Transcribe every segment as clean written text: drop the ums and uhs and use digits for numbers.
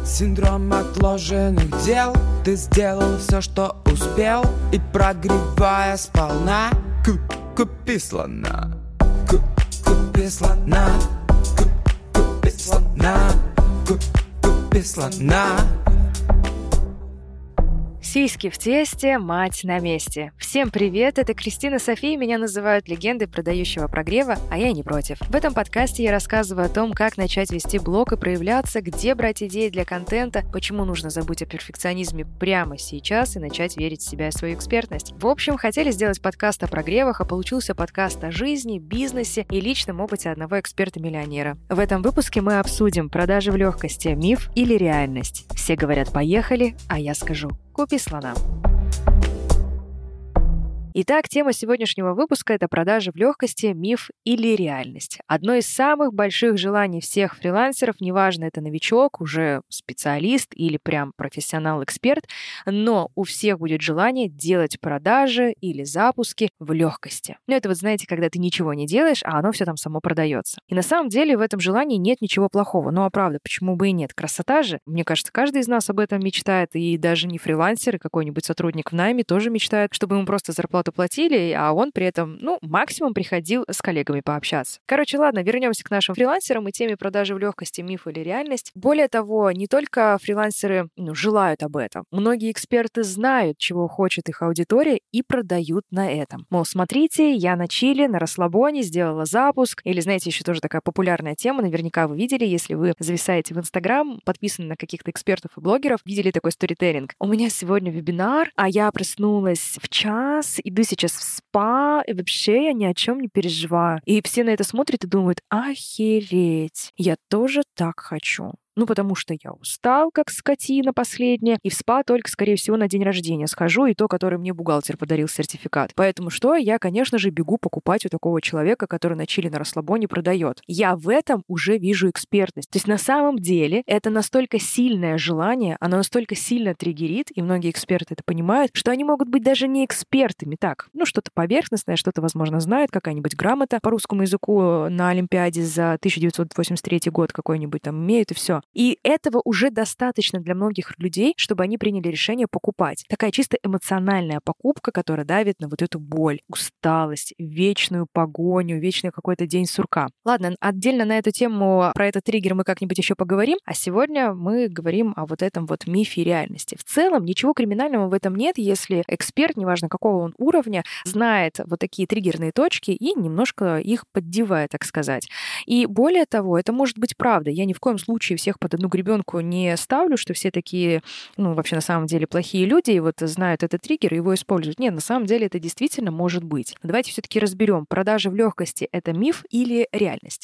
Синдром отложенных дел. Ты сделал все, что успел, и прогревая сполна. Купи слона, купи слона, купи слона, купи слона. Сиськи в тесте, мать на месте. Всем привет, это Кристина София, меня называют легендой продающего прогрева, а я не против. В этом подкасте я рассказываю о том, как начать вести блог и проявляться, где брать идеи для контента, почему нужно забыть о перфекционизме прямо сейчас и начать верить в себя и свою экспертность. В общем, хотели сделать подкаст о прогревах, а получился подкаст о жизни, бизнесе и личном опыте одного эксперта-миллионера. В этом выпуске мы обсудим продажи в легкости, миф или реальность. Все говорят «поехали», а я скажу «купи слона». Итак, тема сегодняшнего выпуска – это продажи в легкости, миф или реальность. Одно из самых больших желаний всех фрилансеров, неважно, это новичок, уже специалист или прям профессионал-эксперт, но у всех будет желание делать продажи или запуски в легкости. Ну, это вот, знаете, когда ты ничего не делаешь, а оно все там само продается. И на самом деле в этом желании нет ничего плохого. Ну, а правда, почему бы и нет? Красота же. Мне кажется, каждый из нас об этом мечтает, и даже не фрилансер, и какой-нибудь сотрудник в найме тоже мечтает, чтобы ему просто зарплату платили, а он при этом, максимум приходил с коллегами пообщаться. Короче, ладно, вернемся к нашим фрилансерам и теме продажи в легкости, миф или реальность. Более того, не только фрилансеры желают об этом. Многие эксперты знают, чего хочет их аудитория и продают на этом. Мол, смотрите, я на чиле, на расслабоне, сделала запуск. Или, знаете, еще тоже такая популярная тема, наверняка вы видели, если вы зависаете в Инстаграм, подписаны на каких-то экспертов и блогеров, видели такой сторителлинг. У меня сегодня вебинар, а я проснулась в час, иду сейчас в спа, и вообще я ни о чем не переживаю. И все на это смотрят и думают: охереть, я тоже так хочу. Потому что я устал, как скотина последняя, и в спа только, скорее всего, на день рождения схожу, и то, который мне бухгалтер подарил сертификат. Поэтому что? Я, конечно же, бегу покупать у такого человека, который на чиле, на расслабоне продает. Я в этом уже вижу экспертность. То есть на самом деле это настолько сильное желание, оно настолько сильно триггерит, и многие эксперты это понимают, что они могут быть даже не экспертами. Так, что-то поверхностное, что-то, возможно, знают, какая-нибудь грамота по русскому языку на Олимпиаде за 1983 год какой-нибудь там имеют, и все. И этого уже достаточно для многих людей, чтобы они приняли решение покупать. Такая чисто эмоциональная покупка, которая давит на вот эту боль, усталость, вечную погоню, вечный какой-то день сурка. Ладно, отдельно на эту тему, про этот триггер мы как-нибудь еще поговорим, а сегодня мы говорим о вот этом вот мифе реальности. В целом ничего криминального в этом нет, если эксперт, неважно какого он уровня, знает вот такие триггерные точки и немножко их поддевает, так сказать. И более того, это может быть правда. Я ни в коем случае всех под одну гребенку не ставлю, что все такие, вообще на самом деле плохие люди, и вот знают этот триггер и его используют. Нет, на самом деле это действительно может быть. Но давайте все-таки разберем, продажи в легкости — это миф или реальность?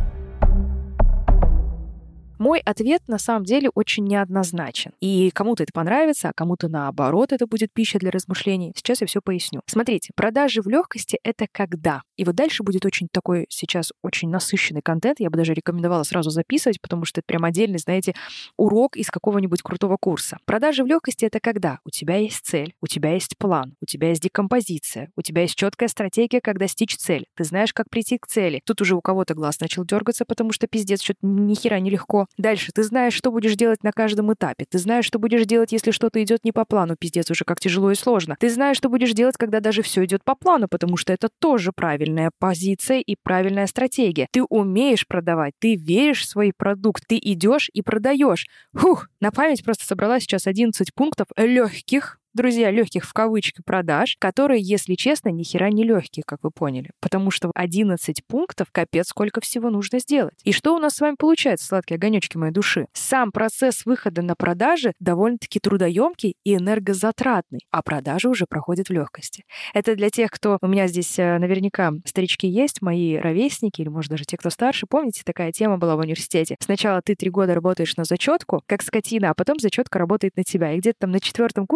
Мой ответ на самом деле очень неоднозначен. И кому-то это понравится, а кому-то наоборот это будет пища для размышлений. Сейчас я все поясню. Смотрите, продажи в легкости — это когда? И вот дальше будет очень такой сейчас очень насыщенный контент. Я бы даже рекомендовала сразу записывать, потому что это прям отдельный, знаете, урок из какого-нибудь крутого курса. Продажи в легкости — это когда? У тебя есть цель, у тебя есть план, у тебя есть декомпозиция, у тебя есть четкая стратегия, как достичь цели. Ты знаешь, как прийти к цели. Тут уже у кого-то глаз начал дергаться, потому что пиздец, что-то ни хера не легко. Дальше ты знаешь, что будешь делать на каждом этапе. Ты знаешь, что будешь делать, если что-то идет не по плану. Пиздец, уже как тяжело и сложно. Ты знаешь, что будешь делать, когда даже все идет по плану, потому что это тоже правильная позиция и правильная стратегия. Ты умеешь продавать, ты веришь в свой продукт, ты идешь и продаешь. На память просто собрала сейчас 11 пунктов легких, друзья, легких в кавычках продаж, которые, если честно, ни хера не легкие, как вы поняли. Потому что 11 пунктов, капец, сколько всего нужно сделать. И что у нас с вами получается, сладкие огонечки моей души? Сам процесс выхода на продажи довольно-таки трудоемкий и энергозатратный, а продажи уже проходят в легкости. Это для тех, кто... У меня здесь наверняка старички есть, мои ровесники, или, может, даже те, кто старше. Помните, такая тема была в университете? Сначала ты 3 года работаешь на зачетку, как скотина, а потом зачетка работает на тебя. И где-то там на 4-м курсе уже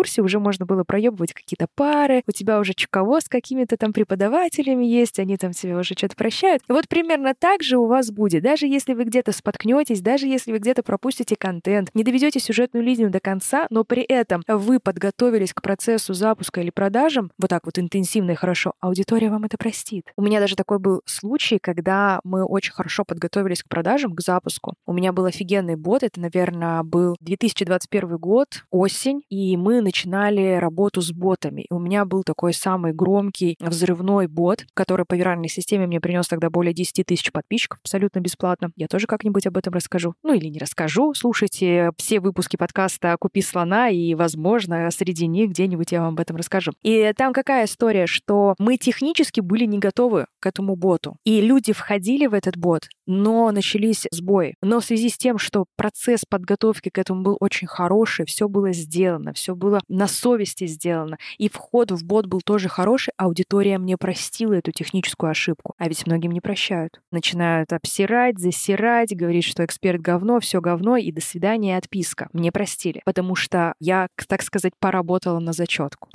можно было проебывать какие-то пары, у тебя уже ЧКО с какими-то там преподавателями есть, они там тебе уже что-то прощают. И вот примерно так же у вас будет. Даже если вы где-то споткнетесь, даже если вы где-то пропустите контент, не доведете сюжетную линию до конца, но при этом вы подготовились к процессу запуска или продажам вот так вот интенсивно и хорошо, аудитория вам это простит. У меня даже такой был случай, когда мы очень хорошо подготовились к продажам, к запуску. У меня был офигенный бот, это, наверное, был 2021 год, осень, и мы начинали работу с ботами. И у меня был такой самый громкий взрывной бот, который по виральной системе мне принес тогда более 10 тысяч подписчиков абсолютно бесплатно. Я тоже как-нибудь об этом расскажу. Ну или не расскажу. Слушайте все выпуски подкаста «Купи слона», и, возможно, среди них где-нибудь я вам об этом расскажу. И там какая история, что мы технически были не готовы к этому боту. И люди входили в этот бот, но начались сбои. Но в связи с тем, что процесс подготовки к этому был очень хороший, все было сделано, все было на совести сделано, и вход в бот был тоже хороший, аудитория мне простила эту техническую ошибку. А ведь многим не прощают. Начинают обсирать, засирать, говорить, что эксперт говно, все говно, и до свидания, и отписка. Мне простили, потому что я, так сказать, поработала на зачетку.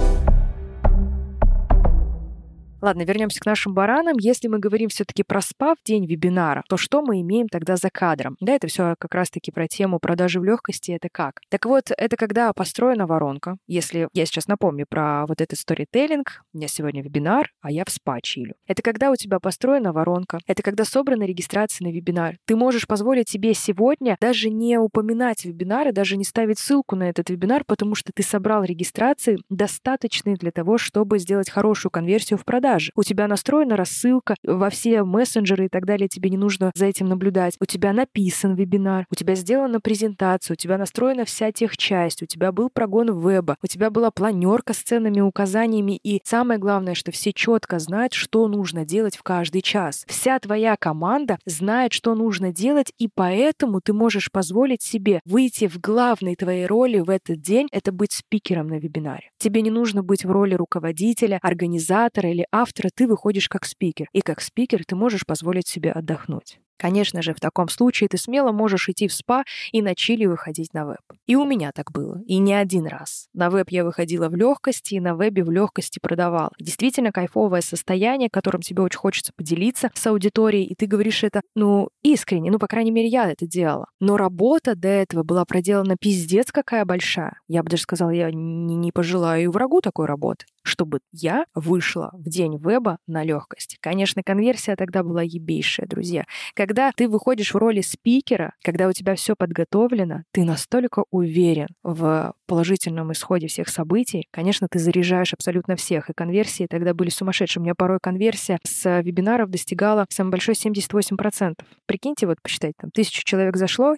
Ладно, вернемся к нашим баранам. Если мы говорим все-таки про спа в день вебинара, то что мы имеем тогда за кадром? Да, это все как раз-таки про тему продажи в легкости. Это как? Так вот, это когда построена воронка. Если я сейчас напомню про вот этот сторителлинг, у меня сегодня вебинар, а я в спа чилю. Это когда у тебя построена воронка. Это когда собраны регистрации на вебинар. Ты можешь позволить себе сегодня даже не упоминать вебинары, даже не ставить ссылку на этот вебинар, потому что ты собрал регистрации, достаточные для того, чтобы сделать хорошую конверсию в продажу. У тебя настроена рассылка во все мессенджеры и так далее, тебе не нужно за этим наблюдать. У тебя написан вебинар, у тебя сделана презентация, у тебя настроена вся техчасть, у тебя был прогон веба, у тебя была планерка с ценными указаниями, и самое главное, что все четко знают, что нужно делать в каждый час. Вся твоя команда знает, что нужно делать, и поэтому ты можешь позволить себе выйти в главной твоей роли в этот день, это быть спикером на вебинаре. Тебе не нужно быть в роли руководителя, организатора или автора, ты выходишь как спикер. И как спикер ты можешь позволить себе отдохнуть. Конечно же, в таком случае ты смело можешь идти в спа и на чили выходить на веб. И у меня так было. И не один раз. На веб я выходила в легкости, и на вебе в легкости продавала. Действительно кайфовое состояние, которым тебе очень хочется поделиться с аудиторией, и ты говоришь это, искренне, по крайней мере, я это делала. Но работа до этого была проделана пиздец какая большая. Я бы даже сказала, я не пожелаю и врагу такой работы, чтобы я вышла в день веба на легкость. Конечно, конверсия тогда была ебейшая, друзья. Когда ты выходишь в роли спикера, когда у тебя все подготовлено, ты настолько уверен в положительном исходе всех событий, конечно, ты заряжаешь абсолютно всех. И конверсии тогда были сумасшедшие. У меня порой конверсия с вебинаров достигала самый большой 78%. Прикиньте, вот посчитайте, 1000 человек зашло,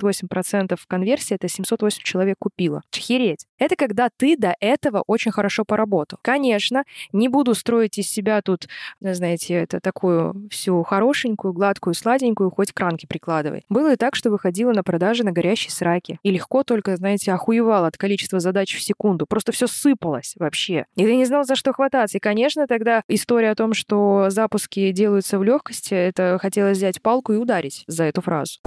78% конверсии, это 708 человек купило. Охереть. Это когда ты до этого очень хорошо поработал. Конечно, не буду строить из себя тут, знаете, это такую всю хорошенькую, гладкую, сладенькую, хоть к ранке прикладывай. Было и так, что выходила на продажи на горящей сраке. И легко только, знаете, охуевала от количества задач в секунду. Просто все сыпалось вообще. И ты не знал, за что хвататься. И, конечно, тогда история о том, что запуски делаются в легкости, это хотелось взять палку и ударить за эту фразу.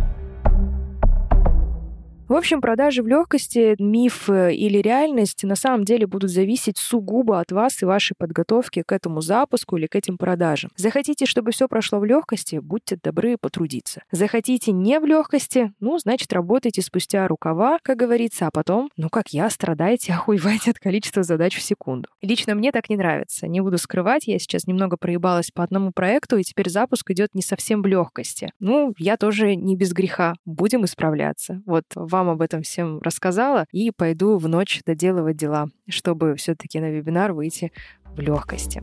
В общем, продажи в легкости, миф или реальность на самом деле будут зависеть сугубо от вас и вашей подготовки к этому запуску или к этим продажам. Захотите, чтобы все прошло в легкости, будьте добры потрудиться. Захотите не в легкости, значит, работайте спустя рукава, как говорится, а потом, как я, страдайте, охуевайте от количества задач в секунду. Лично мне так не нравится. Не буду скрывать, я сейчас немного проебалась по одному проекту, и теперь запуск идет не совсем в легкости. Я тоже не без греха. Будем исправляться. Вот вам об этом всем рассказала и пойду в ночь доделывать дела, чтобы все-таки на вебинар выйти в легкости.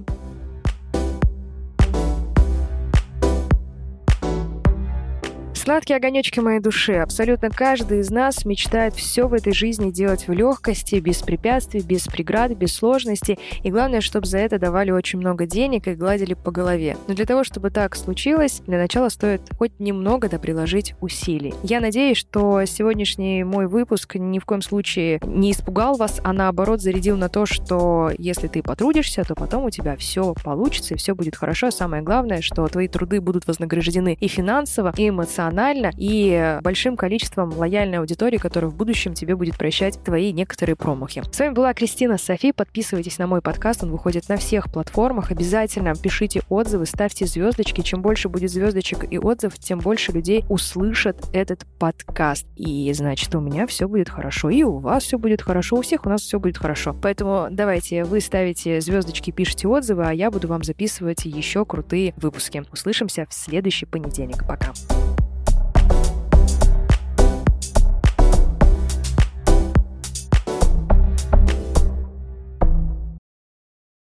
Сладкие огонечки моей души. Абсолютно каждый из нас мечтает все в этой жизни делать в легкости, без препятствий, без преград, без сложностей. И главное, чтобы за это давали очень много денег и гладили по голове. Но для того, чтобы так случилось, для начала стоит хоть немного приложить усилий. Я надеюсь, что сегодняшний мой выпуск ни в коем случае не испугал вас, а наоборот зарядил на то, что если ты потрудишься, то потом у тебя все получится и все будет хорошо. Самое главное, что твои труды будут вознаграждены и финансово, и эмоционально, профессионально и большим количеством лояльной аудитории, которая в будущем тебе будет прощать твои некоторые промахи. С вами была Кристина Софи. Подписывайтесь на мой подкаст, он выходит на всех платформах. Обязательно пишите отзывы, ставьте звездочки. Чем больше будет звездочек и отзывов, тем больше людей услышат этот подкаст. И значит, у меня все будет хорошо, и у вас все будет хорошо, у всех у нас все будет хорошо. Поэтому давайте вы ставите звездочки, пишите отзывы, а я буду вам записывать еще крутые выпуски. Услышимся в следующий понедельник. Пока.